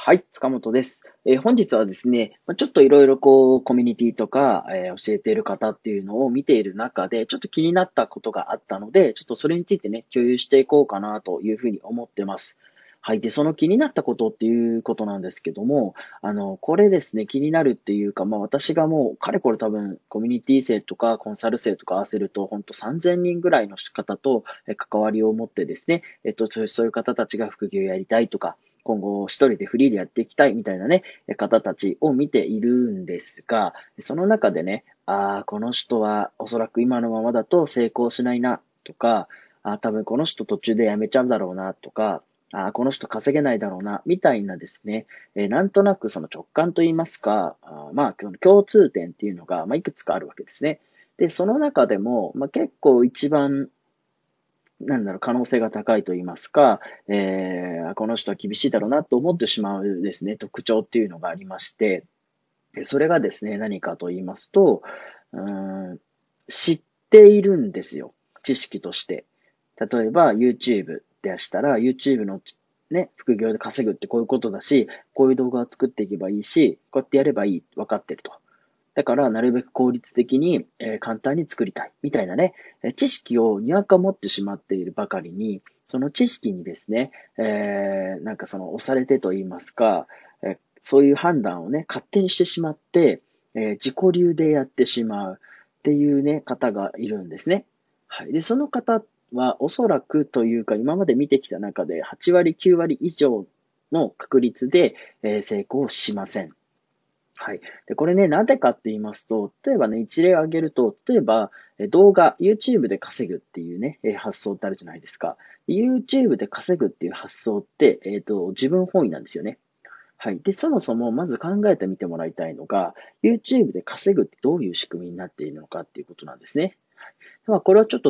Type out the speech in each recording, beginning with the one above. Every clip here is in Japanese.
はい、塚本です。本日はですね、ちょっといろいろコミュニティとか、教えている方っていうのを見ている中で、ちょっと気になったことがあったので、ちょっとそれについてね、共有していこうかなというふうに思ってます。はい。で、その気になったことっていうことなんですけども、これですね、気になるっていうか、私がもう、かれこれ多分、コミュニティ生とか、コンサル生とか合わせると、ほんと3000人ぐらいの方と、関わりを持ってですね、そういう方たちが副業やりたいとか、今後一人でフリーでやっていきたいみたいなね、方たちを見ているんですが、その中でね、この人はおそらく今のままだと成功しないなとか、多分この人途中で辞めちゃうだろうなとか、この人稼げないだろうな、みたいなですね、なんとなくその直感といいますか、その共通点っていうのが、いくつかあるわけですね。で、その中でも、結構一番可能性が高いと言いますか、この人は厳しいだろうなと思ってしまうですね、特徴っていうのがありまして、それがですね、何かと言いますと、うーん知っているんですよ。知識として。例えば YouTube でしたら、YouTube のね、副業で稼ぐってこういうことだし、こういう動画を作っていけばいいし、こうやってやればいい、分かってると。だから、なるべく効率的に、簡単に作りたい。みたいなね、知識をにわか持ってしまっているばかりに、その知識にですね、押されてと言いますか、そういう判断をね、勝手にしてしまって、自己流でやってしまうっていうね、方がいるんですね。はい。で、その方はおそらくというか、今まで見てきた中で8割、9割以上の確率で、成功しません。はい。で、これね、なぜかって言いますと、例えばね、一例を挙げると、例えば、動画、YouTube で稼ぐっていうね、発想ってあるじゃないですか。YouTube で稼ぐっていう発想って、自分本位なんですよね。はい。で、そもそもまず考えてみてもらいたいのが、YouTube で稼ぐってどういう仕組みになっているのかっていうことなんですね。はい。これはちょっと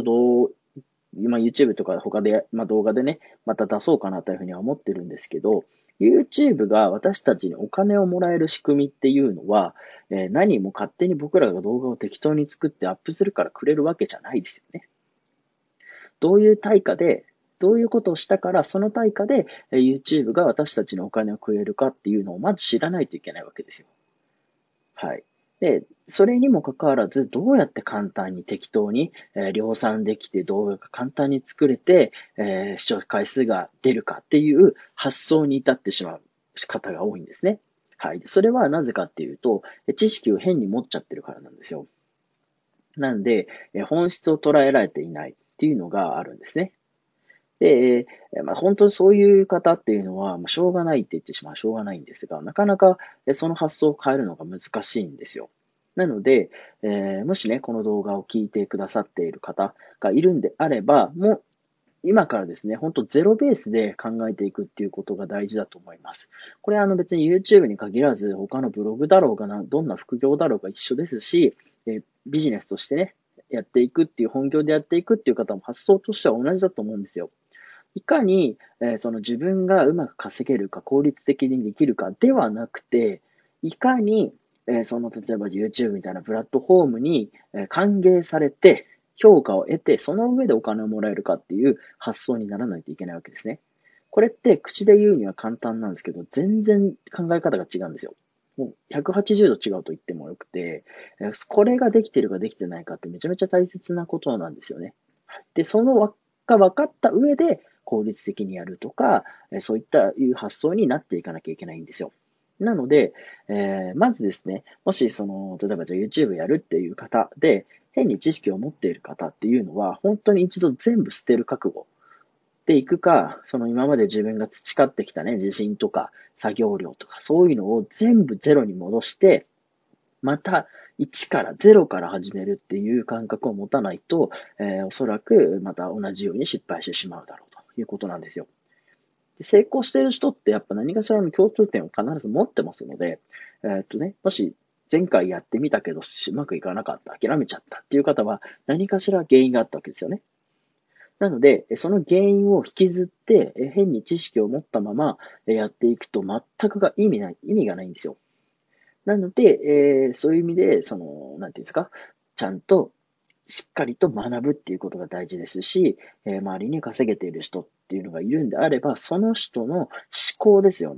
YouTube とか他で、動画でね、また出そうかなというふうには思ってるんですけど、YouTube が私たちにお金をもらえる仕組みっていうのは、何も勝手に僕らが動画を適当に作ってアップするからくれるわけじゃないですよね。どういう対価で、どういうことをしたから、その対価でYouTube が私たちにお金をくれるかっていうのをまず知らないといけないわけですよ。はい。で、それにもかかわらず、どうやって簡単に適当に、量産できて動画が簡単に作れて、視聴回数が出るかっていう発想に至ってしまう方が多いんですね。はい。それはなぜかっていうと、知識を変に持っちゃってるからなんですよ。なんで、本質を捉えられていないっていうのがあるんですね。で、本当にそういう方っていうのは、しょうがないって言ってしまうしょうがないんですが、なかなかその発想を変えるのが難しいんですよ。なので、もしね、この動画を聞いてくださっている方がいるんであれば、もう今からですね、本当ゼロベースで考えていくっていうことが大事だと思います。これは別に YouTube に限らず、他のブログだろうがどんな副業だろうが一緒ですし、ビジネスとしてね、やっていくっていう本業でやっていくっていう方も発想としては同じだと思うんですよ。いかに、その自分がうまく稼げるか、効率的にできるかではなくて、いかに、例えば YouTube みたいなプラットフォームに、歓迎されて、評価を得て、その上でお金をもらえるかっていう発想にならないといけないわけですね。これって口で言うには簡単なんですけど、全然考え方が違うんですよ。もう180度違うと言ってもよくて、これができてるかできてないかってめちゃめちゃ大切なことなんですよね。で、そのが分かった上で効率的にやるとか、そういったいう発想になっていかなきゃいけないんですよ。なので、まずですね、もし例えばじゃあ YouTube やるっていう方で、変に知識を持っている方っていうのは、本当に一度全部捨てる覚悟でいくか、その今まで自分が培ってきたね、自信とか作業量とか、そういうのを全部ゼロに戻して、また、1から0から始めるっていう感覚を持たないと、おそらくまた同じように失敗してしまうだろうということなんですよ。で成功している人ってやっぱ何かしらの共通点を必ず持ってますので、もし前回やってみたけどうまくいかなかった、諦めちゃったっていう方は何かしら原因があったわけですよね。なので、その原因を引きずって、変に知識を持ったままやっていくと全く意味がないんですよ。なので、そういう意味で、なんていうんですか、ちゃんとしっかりと学ぶっていうことが大事ですし、周りに稼げている人っていうのがいるんであれば、その人の思考ですよね。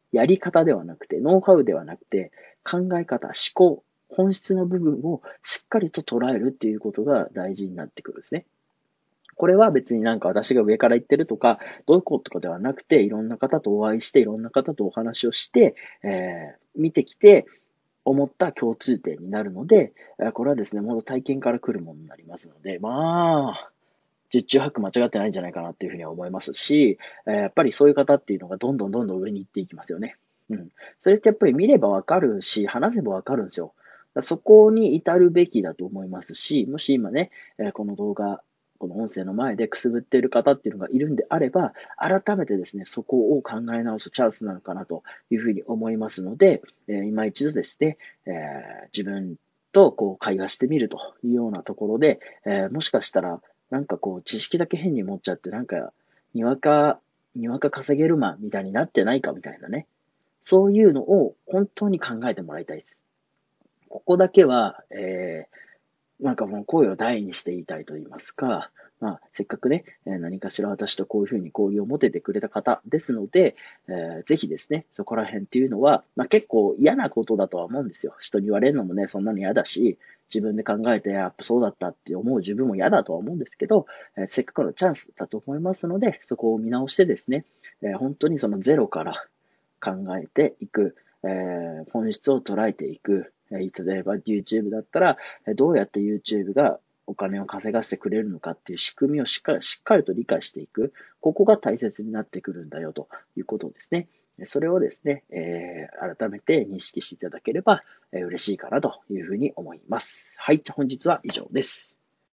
やり方ではなくて、ノウハウではなくて、考え方、思考、本質の部分をしっかりと捉えるっていうことが大事になってくるんですね。これは別になんか私が上から言ってるとか、どういうこととかではなくて、いろんな方とお会いして、いろんな方とお話をして、見てきて、思った共通点になるので、これはですね、もう体験から来るものになりますので、まあ、十中八九間違ってないんじゃないかなっていうふうには思いますし、やっぱりそういう方っていうのがどんどんどんどん上に行っていきますよね。うん。それってやっぱり見ればわかるし、話せばわかるんですよ。そこに至るべきだと思いますし、もし今ね、この動画、この音声の前でくすぶっている方っていうのがいるんであれば、改めてですね、そこを考え直すチャンスなのかなというふうに思いますので、今一度ですね、自分とこう会話してみるというようなところで、もしかしたらなんかこう、知識だけ変に持っちゃって、なんか、にわか、にわか稼げるマンみたいになってないかみたいなね。そういうのを本当に考えてもらいたいです。ここだけは、なんかもう声を大にして言いたいと言いますか、まあ、せっかくね、何かしら私とこういうふうに交流を持ててくれた方ですので、ぜひですね、そこら辺っていうのは、まあ結構嫌なことだとは思うんですよ。人に言われるのもね、そんなの嫌だし、自分で考えて、やっぱそうだったって思う自分も嫌だとは思うんですけど、せっかくのチャンスだと思いますので、そこを見直してですね、本当にそのゼロから考えていく、本質を捉えていく、例えば YouTube だったら、どうやって YouTube がお金を稼がせてくれるのかっていう仕組みをしっかりと理解していく。ここが大切になってくるんだよということですね。それをですね、改めて認識していただければ、嬉しいかなというふうに思います。はい、本日は以上です。